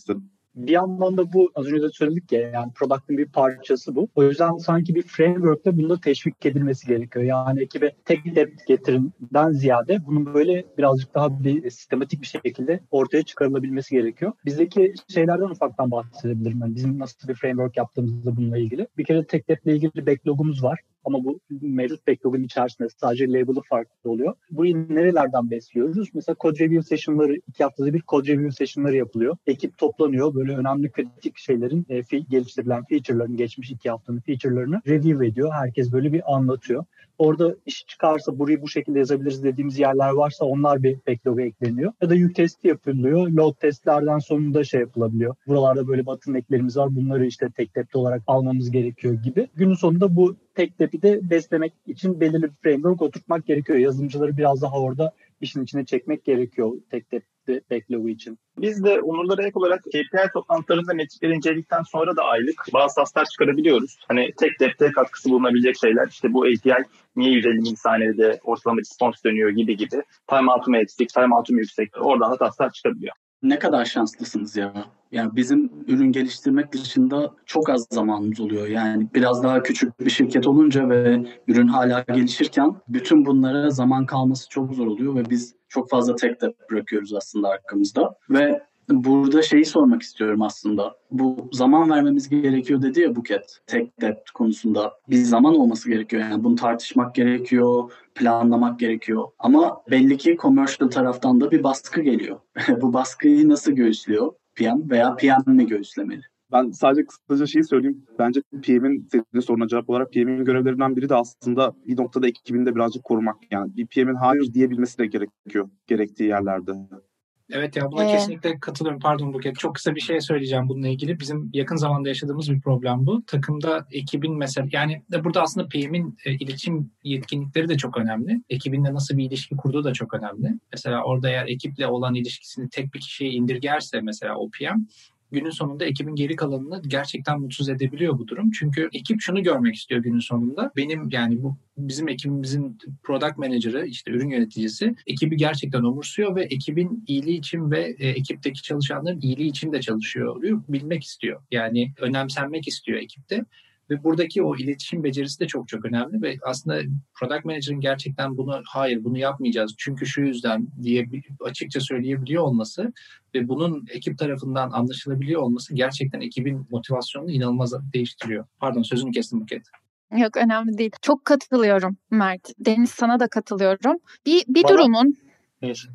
Speaker 7: Bir yandan da bu az önce de söyledik ya, yani product'ın bir parçası bu. O yüzden sanki bir framework'te bunda teşvik edilmesi gerekiyor. Yani ekibe tek depth getirinden ziyade bunun böyle birazcık daha bir sistematik bir şekilde ortaya çıkarılabilmesi gerekiyor. Bizdeki şeylerden ufaktan bahsedebilirim. Yani bizim nasıl bir framework yaptığımızda bununla ilgili. Bir kere tek depth ile ilgili backlog'umuz var. Ama bu mevcut backlog'un içerisinde sadece label'ı farklı oluyor. Burayı nerelerden besliyoruz? Mesela code review session'ları, 2 haftada bir code review session'ları yapılıyor. Ekip toplanıyor. Böyle önemli kritik şeylerin, geliştirilen feature'ların, geçmiş 2 haftanın feature'larını review ediyor. Herkes böyle bir anlatıyor. Orada iş çıkarsa burayı bu şekilde yazabiliriz dediğimiz yerler varsa onlar bir backlog'a ekleniyor. Ya da yük testi yapılıyor. Load testlerden sonunda şey yapılabiliyor. Buralarda böyle bottleneck'lerimiz var. Bunları işte tek tepki olarak almamız gerekiyor gibi. Günün sonunda bu tek tepi de beslemek için belirli bir framework oturtmak gerekiyor. Yazılımcıları biraz daha orada işin içine çekmek gerekiyor tek tepi backlog'u için.
Speaker 8: Biz de Onurlara ek olarak KPI toplantılarında metrikleri inceledikten sonra da aylık bazı tasklar çıkarabiliyoruz. Hani tek depte katkısı bulunabilecek şeyler. İşte bu API niye 150 milisaniyede ortalama response dönüyor gibi. Timeout'u mu eksik, timeout'u mu yüksek. Oradan da tasklar çıkabiliyor.
Speaker 4: Ne kadar şanslısınız ya. Yani bizim ürün geliştirmek dışında çok az zamanımız oluyor. Yani biraz daha küçük bir şirket olunca ve ürün hala gelişirken bütün bunlara zaman kalması çok zor oluyor ve biz çok fazla tek de bırakıyoruz aslında arkamızda. Ve burada şeyi sormak istiyorum aslında. Bu zaman vermemiz gerekiyor dedi ya Buket, tek depth konusunda. Bir zaman olması gerekiyor. Yani bunu tartışmak gerekiyor, planlamak gerekiyor. Ama belli ki commercial taraftan da bir baskı geliyor. Bu baskıyı nasıl göğüslüyor PM veya PM mi göğüslemeli?
Speaker 2: Ben sadece kısaca şeyi söyleyeyim. Bence PM'in, senin soruna cevap olarak PM'in görevlerinden biri de aslında bir noktada ekibini de birazcık korumak. Yani bir PM'in hayır diyebilmesi de gerekiyor gerektiği yerlerde.
Speaker 5: Evet ya, buna kesinlikle katılıyorum. Pardon Buket. Çok kısa bir şey söyleyeceğim bununla ilgili. Bizim yakın zamanda yaşadığımız bir problem bu. Takımda ekibin mesela, yani burada aslında PM'in iletişim yetkinlikleri de çok önemli. Ekibinle nasıl bir ilişki kurduğu da çok önemli. Mesela orada eğer ekiple olan ilişkisini tek bir kişiye indirgerse mesela o PM, günün sonunda ekibin geri kalanını gerçekten mutsuz edebiliyor bu durum. Çünkü ekip şunu görmek istiyor günün sonunda. Benim, yani bu bizim ekibimizin product manager'ı, işte ürün yöneticisi ekibi gerçekten umursuyor ve ekibin iyiliği için ve ekipteki çalışanların iyiliği için de çalışıyor. Bilmek istiyor. Yani önemsenmek istiyor ekipte. Ve buradaki o iletişim becerisi de çok çok önemli ve aslında product manager'ın gerçekten hayır bunu yapmayacağız çünkü şu yüzden diye açıkça söyleyebiliyor olması ve bunun ekip tarafından anlaşılabiliyor olması gerçekten ekibin motivasyonunu inanılmaz değiştiriyor. Pardon, sözünü kestim Buket.
Speaker 3: Yok, önemli değil. Çok katılıyorum Mert. Deniz, sana da katılıyorum. Bir durumun...
Speaker 7: Neyse.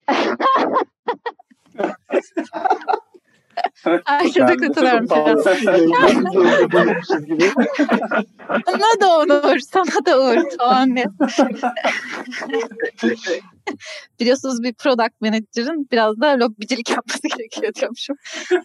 Speaker 3: Herkese katılıyorum. Sana da Onur, sana da Uğur. Tamam. Biliyorsunuz bir product manager'ın biraz da lobicilik yapması gerekiyor diyormuşum.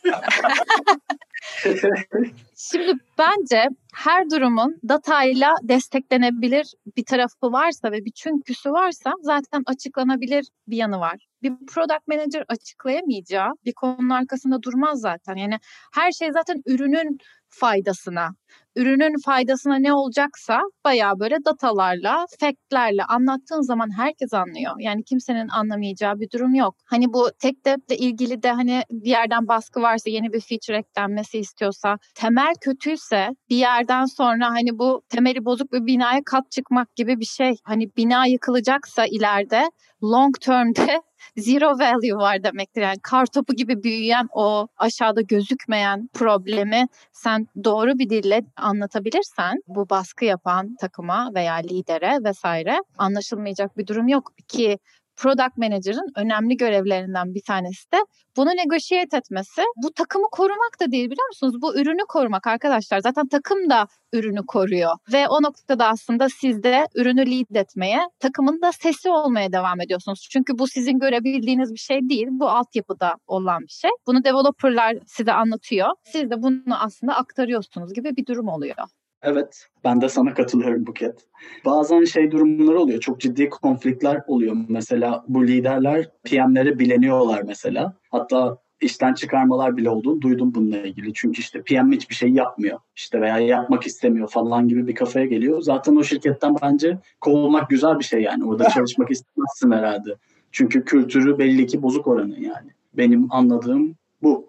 Speaker 3: Şimdi bence her durumun datayla desteklenebilir bir tarafı varsa ve bir çünküsü varsa zaten açıklanabilir bir yanı var. Bir product manager açıklayamayacağı bir konunun arkasında durmaz zaten. Yani her şey zaten ürünün faydasına. Ürünün faydasına ne olacaksa bayağı böyle datalarla, factlerle anlattığın zaman herkes anlıyor. Yani kimsenin anlamayacağı bir durum yok. Hani bu tek deple ilgili de hani bir yerden baskı varsa, yeni bir feature eklenmesi istiyorsa, temel kötüyse bir yerden sonra hani bu temeli bozuk bir binaya kat çıkmak gibi bir şey. Hani bina yıkılacaksa ileride long term'de zero value var demektir. Yani kartopu gibi büyüyen o aşağıda gözükmeyen problemi sen doğru bir dille anlatabilirsen bu baskı yapan takıma veya lidere vesaire anlaşılmayacak bir durum yok ki. Product Manager'ın önemli görevlerinden bir tanesi de bunu negotiate etmesi. Bu takımı korumak da değil, biliyor musunuz? Bu ürünü korumak arkadaşlar. Zaten takım da ürünü koruyor. Ve o noktada aslında siz de ürünü lead etmeye, takımın da sesi olmaya devam ediyorsunuz. Çünkü bu sizin görebildiğiniz bir şey değil. Bu altyapıda olan bir şey. Bunu developerlar size anlatıyor. Siz de bunu aslında aktarıyorsunuz gibi bir durum oluyor.
Speaker 4: Evet, ben de sana katılıyorum Buket. Bazen durumlar oluyor, çok ciddi konfliktler oluyor. Mesela bu liderler PM'leri bileniyorlar mesela. Hatta işten çıkarmalar bile olduğunu duydum bununla ilgili. Çünkü işte PM hiçbir şey yapmıyor. İşte veya yapmak istemiyor falan gibi bir kafaya geliyor. Zaten o şirketten bence kovulmak güzel bir şey yani. Orada çalışmak istemezsin herhalde. Çünkü kültürü belli ki bozuk oranın yani. Benim anladığım bu.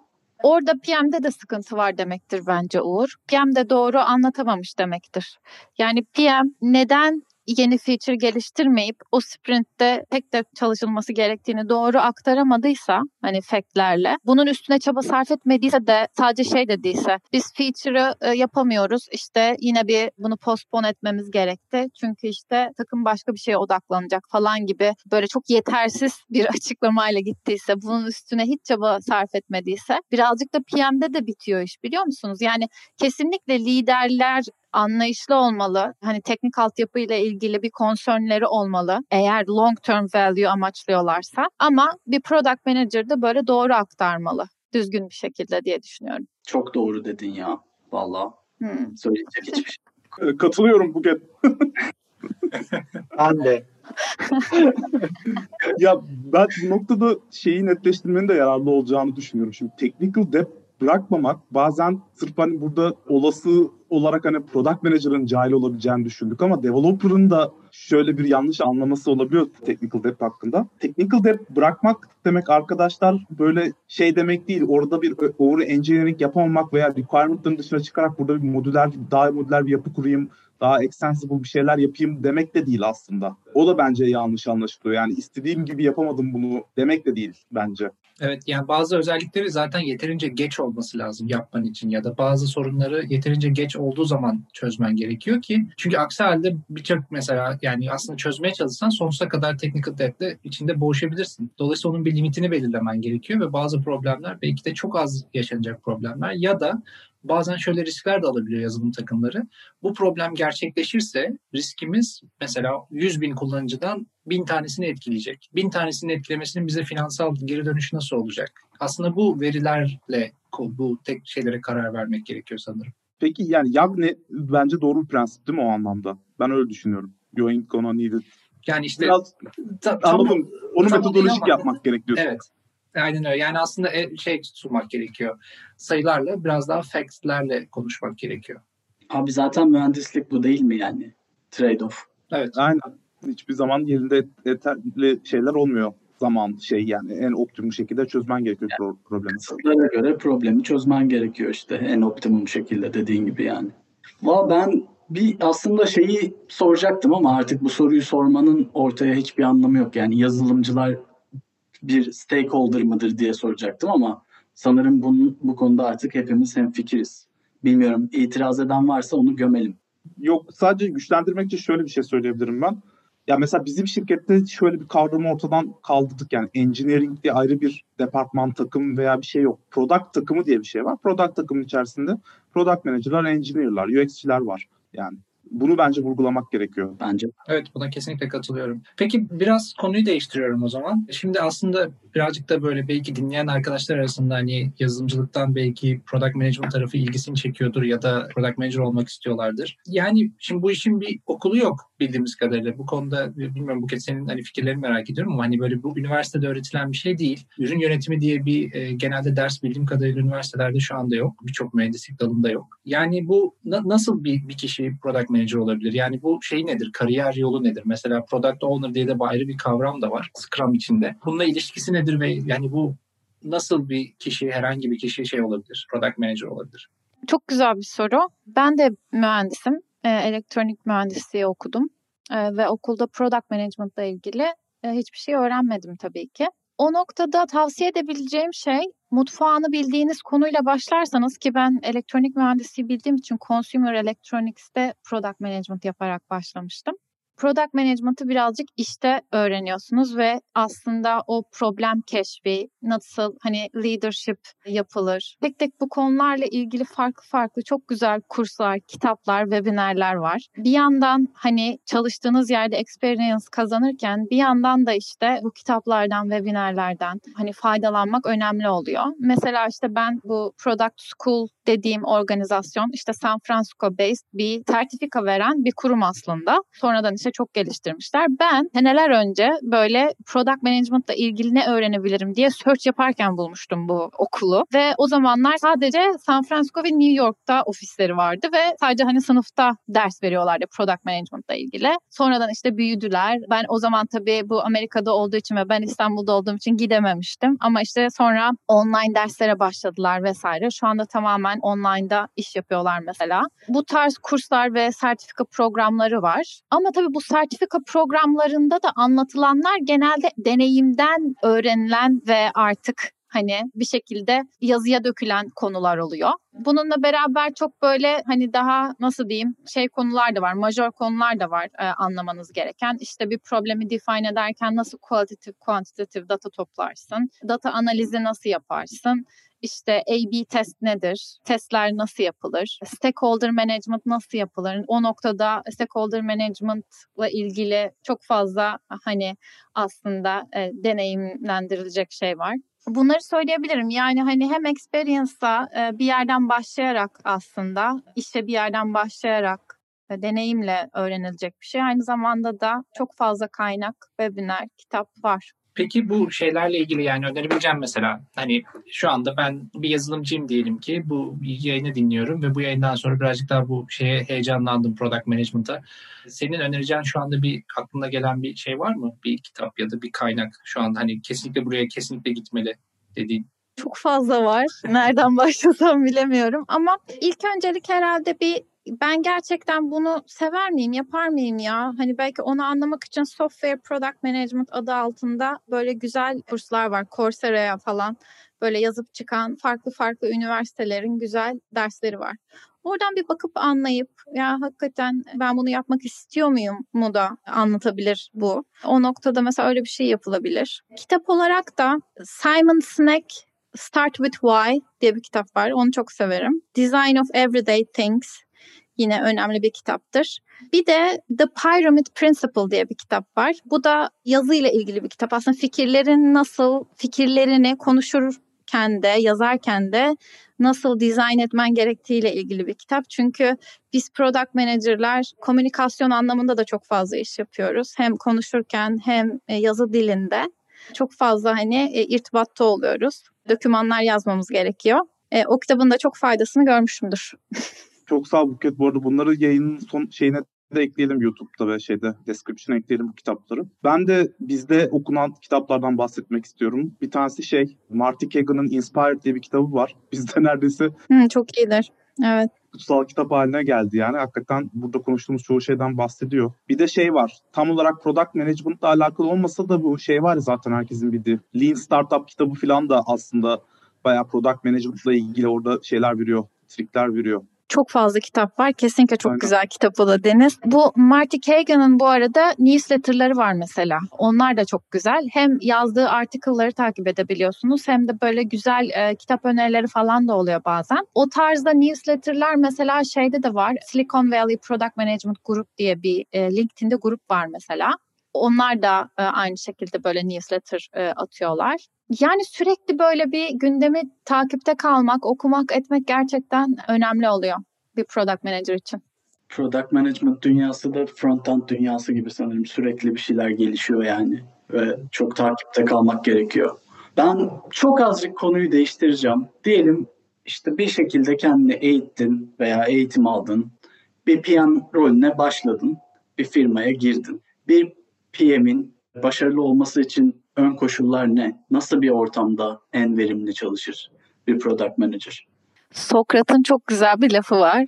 Speaker 3: Orada PM'de de sıkıntı var demektir bence Uğur. PM de doğru anlatamamış demektir. Yani PM neden yeni feature geliştirmeyip o sprintte tek tek çalışılması gerektiğini doğru aktaramadıysa hani fact'lerle bunun üstüne çaba sarf etmediyse de sadece şey dediyse biz feature'ı yapamıyoruz işte yine bir bunu postpone etmemiz gerekti çünkü işte takım başka bir şeye odaklanacak falan gibi böyle çok yetersiz bir açıklamayla gittiyse bunun üstüne hiç çaba sarf etmediyse birazcık da PM'de de bitiyor iş biliyor musunuz? Yani kesinlikle liderler anlayışlı olmalı. Hani teknik altyapıyla ilgili bir concernleri olmalı. Eğer long term value amaçlıyorlarsa. Ama bir product manager de böyle doğru aktarmalı. Düzgün bir şekilde diye düşünüyorum.
Speaker 4: Çok doğru dedin ya. Vallahi. Söyleyecek hiçbir şey.
Speaker 2: Katılıyorum Buket.
Speaker 7: Ben de.
Speaker 2: Ya ben bu noktada şeyi netleştirmenin de yararlı olacağını düşünüyorum. Şimdi technical depth bırakmamak bazen sırf hani burada olası olarak hani product manager'ın cahil olabileceğini düşündük ama developer'ın da şöyle bir yanlış anlaması olabiliyor technical depth hakkında. Technical depth bırakmak demek arkadaşlar böyle şey demek değil. Orada bir over engineering yapamamak veya requirement'ların dışına çıkarak burada bir daha modüler bir yapı kurayım, daha extensible bir şeyler yapayım demek de değil aslında. O da bence yanlış anlaşılıyor. Yani istediğim gibi yapamadım bunu demek de değil bence.
Speaker 5: Evet, yani bazı özellikleri zaten yeterince geç olması lazım yapman için ya da bazı sorunları yeterince geç olduğu zaman çözmen gerekiyor ki çünkü aksi halde birçok mesela yani aslında çözmeye çalışsan sonsuza kadar technical depth'le içinde boğuşabilirsin. Dolayısıyla onun bir limitini belirlemen gerekiyor ve bazı problemler belki de çok az yaşanacak problemler ya da bazen şöyle riskler de alabiliyor yazılım takımları. Bu problem gerçekleşirse riskimiz mesela 100.000 kullanıcıdan 1000 tanesini etkileyecek. 1000 tanesini etkilemesinin bize finansal geri dönüşü nasıl olacak? Aslında bu verilerle bu tek şeylere karar vermek gerekiyor sanırım.
Speaker 2: Peki yani YAG bence doğru bir prensip değil mi o anlamda? Ben öyle düşünüyorum. You ain't gonna need it.
Speaker 5: Yani işte
Speaker 2: biraz anladım. Onu metodolojik yapmak gerekiyor.
Speaker 5: Evet. Aynen öyle. Yani aslında sunmak gerekiyor. Sayılarla biraz daha facts'lerle konuşmak gerekiyor.
Speaker 4: Abi zaten mühendislik bu değil mi yani? Trade-off.
Speaker 5: Evet.
Speaker 2: Aynen. Hiçbir zaman yerinde yeterli şeyler olmuyor. Zaman yani en optimum şekilde çözmen gerekiyor problemi.
Speaker 4: Kısımlara göre problemi çözmen gerekiyor işte en optimum şekilde dediğin gibi yani. Ben bir aslında şeyi soracaktım ama artık bu soruyu sormanın ortaya hiçbir anlamı yok. Yani yazılımcılar bir stakeholder mıdır diye soracaktım ama sanırım bu konuda artık hepimiz hemfikiriz. Bilmiyorum, itiraz eden varsa onu gömelim.
Speaker 2: Yok, sadece güçlendirmek için şöyle bir şey söyleyebilirim ben. Ya mesela bizim şirkette şöyle bir kavramı ortadan kaldırdık. Yani engineering diye ayrı bir departman takım veya bir şey yok. Product takımı diye bir şey var. Product takımının içerisinde product manager'lar, engineer'lar, UX'çiler var. Yani bunu bence vurgulamak gerekiyor.
Speaker 4: Bence.
Speaker 5: Evet, buna kesinlikle katılıyorum. Peki biraz konuyu değiştiriyorum o zaman. Şimdi aslında birazcık da böyle belki dinleyen arkadaşlar arasında hani yazılımcılıktan belki product management tarafı ilgisini çekiyordur ya da product manager olmak istiyorlardır. Yani şimdi bu işin bir okulu yok bildiğimiz kadarıyla. Bu konuda bilmiyorum Buket senin hani fikirlerini merak ediyorum ama hani böyle bu üniversitede öğretilen bir şey değil. Ürün yönetimi diye bir genelde ders bildiğim kadarıyla üniversitelerde şu anda yok. Birçok mühendislik dalında yok. Yani bu nasıl bir kişi product manager olabilir? Yani bu şey nedir? Kariyer yolu nedir? Mesela product owner diye de ayrı bir kavram da var Scrum içinde. Bununla ilişkisi nedir ve yani bu nasıl bir kişi, herhangi bir kişi şey olabilir? Product manager olabilir.
Speaker 3: Çok güzel bir soru. Ben de mühendisim. Elektronik mühendisliği okudum. Ve okulda product management ile ilgili hiçbir şey öğrenmedim tabii ki. O noktada tavsiye edebileceğim şey mutfağını bildiğiniz konuyla başlarsanız ki ben elektronik mühendisliği bildiğim için Consumer Electronics'te product management yaparak başlamıştım. Product management'ı birazcık işte öğreniyorsunuz ve aslında o problem keşfi, nasıl hani leadership yapılır. Tek tek bu konularla ilgili farklı çok güzel kurslar, kitaplar, webinarlar var. Bir yandan hani çalıştığınız yerde experience kazanırken bir yandan da işte bu kitaplardan, webinarlardan hani faydalanmak önemli oluyor. Mesela işte ben bu Product School dediğim organizasyon işte San Francisco based bir sertifika veren bir kurum aslında. Sonradan işte çok geliştirmişler. Ben seneler önce böyle product management'la ilgili ne öğrenebilirim diye search yaparken bulmuştum bu okulu. Ve o zamanlar sadece San Francisco ve New York'ta ofisleri vardı ve sadece hani sınıfta ders veriyorlardı product management'la ilgili. Sonradan işte büyüdüler. Ben o zaman tabii bu Amerika'da olduğu için ve ben İstanbul'da olduğum için gidememiştim. Ama işte sonra online derslere başladılar vesaire. Şu anda tamamen online'da iş yapıyorlar mesela. Bu tarz kurslar ve sertifika programları var. Ama tabii bu sertifika programlarında da anlatılanlar genelde deneyimden öğrenilen ve artık hani bir şekilde yazıya dökülen konular oluyor. Bununla beraber çok böyle hani daha nasıl diyeyim konular da var, majör konular da var anlamanız gereken. İşte bir problemi define ederken nasıl qualitative, quantitative data toplarsın, data analizi nasıl yaparsın, İşte A/B test nedir, testler nasıl yapılır, stakeholder management nasıl yapılır? O noktada stakeholder management'la ilgili çok fazla hani aslında deneyimlendirilecek şey var. Bunları söyleyebilirim. Yani hani hem experience'a bir yerden başlayarak aslında işe bir yerden başlayarak deneyimle öğrenilecek bir şey. Aynı zamanda da çok fazla kaynak, webinar, kitap var.
Speaker 5: Peki bu şeylerle ilgili yani önerebileceğim mesela hani şu anda ben bir yazılımcıyım diyelim ki bu yayını dinliyorum ve bu yayından sonra birazcık daha bu şeye heyecanlandım product management'a. Senin önereceğin şu anda bir aklına gelen bir şey var mı? Bir kitap ya da bir kaynak şu anda hani kesinlikle buraya kesinlikle gitmeli dediğin.
Speaker 3: Çok fazla var. Nereden başlasam bilemiyorum ama ilk öncelik herhalde ben gerçekten bunu sever miyim, yapar mıyım ya? Hani belki onu anlamak için Software Product Management adı altında böyle güzel kurslar var. Coursera'ya falan böyle yazıp çıkan farklı üniversitelerin güzel dersleri var. Oradan bir bakıp anlayıp ya hakikaten ben bunu yapmak istiyor muyum mu da anlatabilir bu. O noktada mesela öyle bir şey yapılabilir. Kitap olarak da Simon Sinek Start with Why diye bir kitap var. Onu çok severim. Design of Everyday Things yine önemli bir kitaptır. Bir de The Pyramid Principle diye bir kitap var. Bu da yazıyla ilgili bir kitap. Aslında fikirlerini konuşurken de yazarken de nasıl dizayn etmen gerektiğiyle ilgili bir kitap. Çünkü biz product manager'lar komünikasyon anlamında da çok fazla iş yapıyoruz. Hem konuşurken hem yazı dilinde. Çok fazla irtibatta oluyoruz. Dokümanlar yazmamız gerekiyor. O kitabın da çok faydasını görmüşümdür.
Speaker 2: Çok sağ ol Buket. Bu arada bunları yayının son şeyine de ekleyelim YouTube'da ve description'a ekleyelim bu kitapları. Ben de bizde okunan kitaplardan bahsetmek istiyorum. Bir tanesi Marty Kagan'ın Inspired diye bir kitabı var. Bizde neredeyse
Speaker 3: çok iyidir. Evet.
Speaker 2: Kutsal kitap haline geldi yani. Hakikaten burada konuştuğumuz çoğu şeyden bahsediyor. Bir de var. Tam olarak product management'la alakalı olmasa da bu var ya zaten herkesin bildiği. Lean Startup kitabı falan da aslında bayağı product management'la ilgili orada şeyler veriyor, trikler veriyor.
Speaker 3: Çok fazla kitap var. Kesinlikle çok güzel kitap o da Deniz. Bu Marty Kagan'ın bu arada newsletter'ları var mesela. Onlar da çok güzel. Hem yazdığı article'ları takip edebiliyorsunuz hem de böyle güzel kitap önerileri falan da oluyor bazen. O tarzda newsletter'lar mesela de var. Silicon Valley Product Management Group diye bir LinkedIn'de grup var mesela. Onlar da aynı şekilde böyle newsletter atıyorlar. Yani sürekli böyle bir gündemi takipte kalmak, okumak, etmek gerçekten önemli oluyor bir product manager için.
Speaker 4: Product management dünyası da front-end dünyası gibi sanırım. Sürekli bir şeyler gelişiyor yani. Ve çok takipte kalmak gerekiyor. Ben çok azıcık konuyu değiştireceğim. Diyelim işte bir şekilde kendini eğittin veya eğitim aldın. Bir PM rolüne başladın. Bir firmaya girdin. Bir PM'in başarılı olması için ön koşullar ne? Nasıl bir ortamda en verimli çalışır bir product manager?
Speaker 3: Sokrat'ın çok güzel bir lafı var.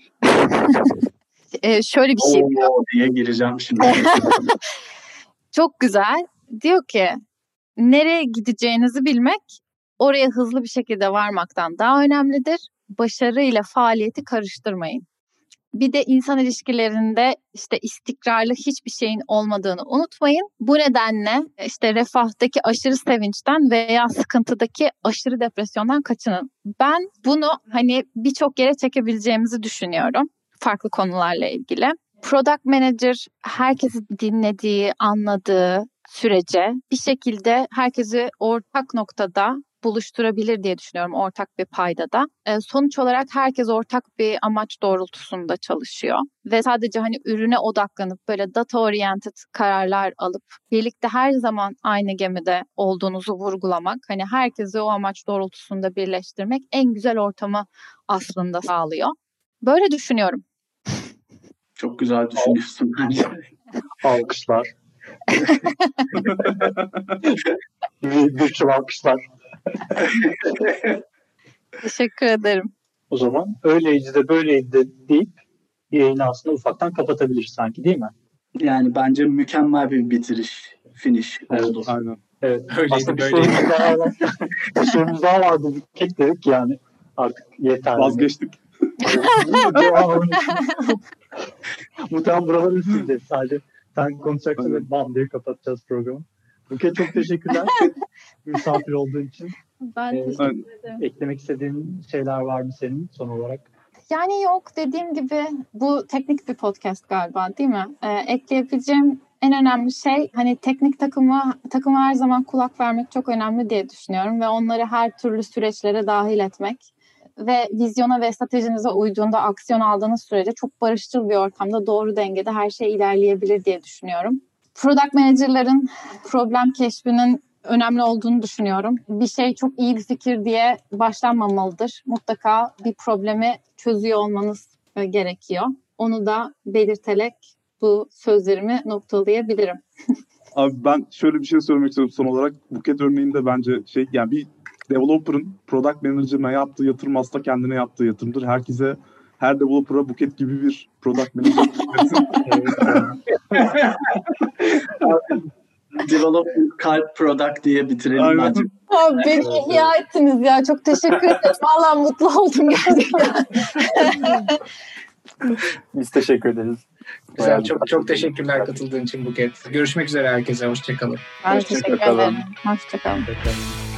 Speaker 3: Şöyle bir şey diyor.
Speaker 4: Diye gireceğim şimdi.
Speaker 3: Çok güzel. Diyor ki nereye gideceğinizi bilmek oraya hızlı bir şekilde varmaktan daha önemlidir. Başarıyla faaliyeti karıştırmayın. Bir de insan ilişkilerinde istikrarlı hiçbir şeyin olmadığını unutmayın. Bu nedenle refahtaki aşırı sevinçten veya sıkıntıdaki aşırı depresyondan kaçının. Ben bunu birçok yere çekebileceğimizi düşünüyorum. Farklı konularla ilgili. Product manager herkesi dinlediği, anladığı sürece bir şekilde herkesi ortak noktada buluşturabilir diye düşünüyorum ortak bir paydada. Sonuç olarak herkes ortak bir amaç doğrultusunda çalışıyor ve sadece hani ürüne odaklanıp böyle data oriented kararlar alıp birlikte her zaman aynı gemide olduğunuzu vurgulamak, hani herkesi o amaç doğrultusunda birleştirmek en güzel ortamı aslında sağlıyor. Böyle düşünüyorum.
Speaker 4: Çok güzel düşünüyorsun bence.
Speaker 7: Alkışlar. Virtual alkışlar.
Speaker 3: Teşekkür ederim.
Speaker 7: O zaman öyleydi de böyleydi de deyip yayını aslında ufaktan kapatabiliriz sanki, değil mi?
Speaker 4: Yani bence mükemmel bir bitiriş, finish oldu.
Speaker 2: Aynen.
Speaker 7: Evet.
Speaker 5: Öyleydi,
Speaker 7: Aslında bir
Speaker 5: böyleydi.
Speaker 7: sorumuz daha var. Bir sorumuz daha vardı. Buket dedik yani. Artık yeter.
Speaker 2: Vazgeçtik.
Speaker 7: Muhtemelen buraları sileceğiz sadece. Sen konuşacaksın ve bam diye kapatacağız programı. Buket çok teşekkürler. Misafir olduğun için.
Speaker 3: Ben teşekkür ederim.
Speaker 7: Eklemek istediğin şeyler var mı senin son olarak?
Speaker 3: Yani yok, dediğim gibi bu teknik bir podcast galiba, değil mi? Ekleyebileceğim en önemli şey hani teknik takıma her zaman kulak vermek çok önemli diye düşünüyorum ve onları her türlü süreçlere dahil etmek ve vizyona ve stratejinize uyduğunda aksiyon aldığınız sürece çok barışçıl bir ortamda doğru dengede her şey ilerleyebilir diye düşünüyorum. Product manager'ların problem keşfinin önemli olduğunu düşünüyorum. Bir şey çok iyi bir fikir diye başlanmamalıdır. Mutlaka bir problemi çözüyor olmanız gerekiyor. Onu da belirterek bu sözlerimi noktalayabilirim.
Speaker 2: Abi ben şöyle bir şey söylemek istiyorum son olarak. Buket örneğinde bence yani bir developer'ın product manager'ına yaptığı yatırım aslında kendine yaptığı yatırımdır. Her developer'a Buket gibi bir product manager
Speaker 4: Development Card Product diye bitirelim
Speaker 2: Aynen.
Speaker 4: bence.
Speaker 3: Abi beni ihya ettiniz ya. Çok teşekkür ederim. Vallahi mutlu oldum gerçekten.
Speaker 6: Biz teşekkür ederiz.
Speaker 5: Güzel, çok teşekkürler katıldığın için Buket. Görüşmek üzere herkese. Hoşçakalın.
Speaker 3: Ben teşekkür
Speaker 6: Hoşçakalın.
Speaker 3: ederim. Hoşçakalın.
Speaker 7: Tekrar.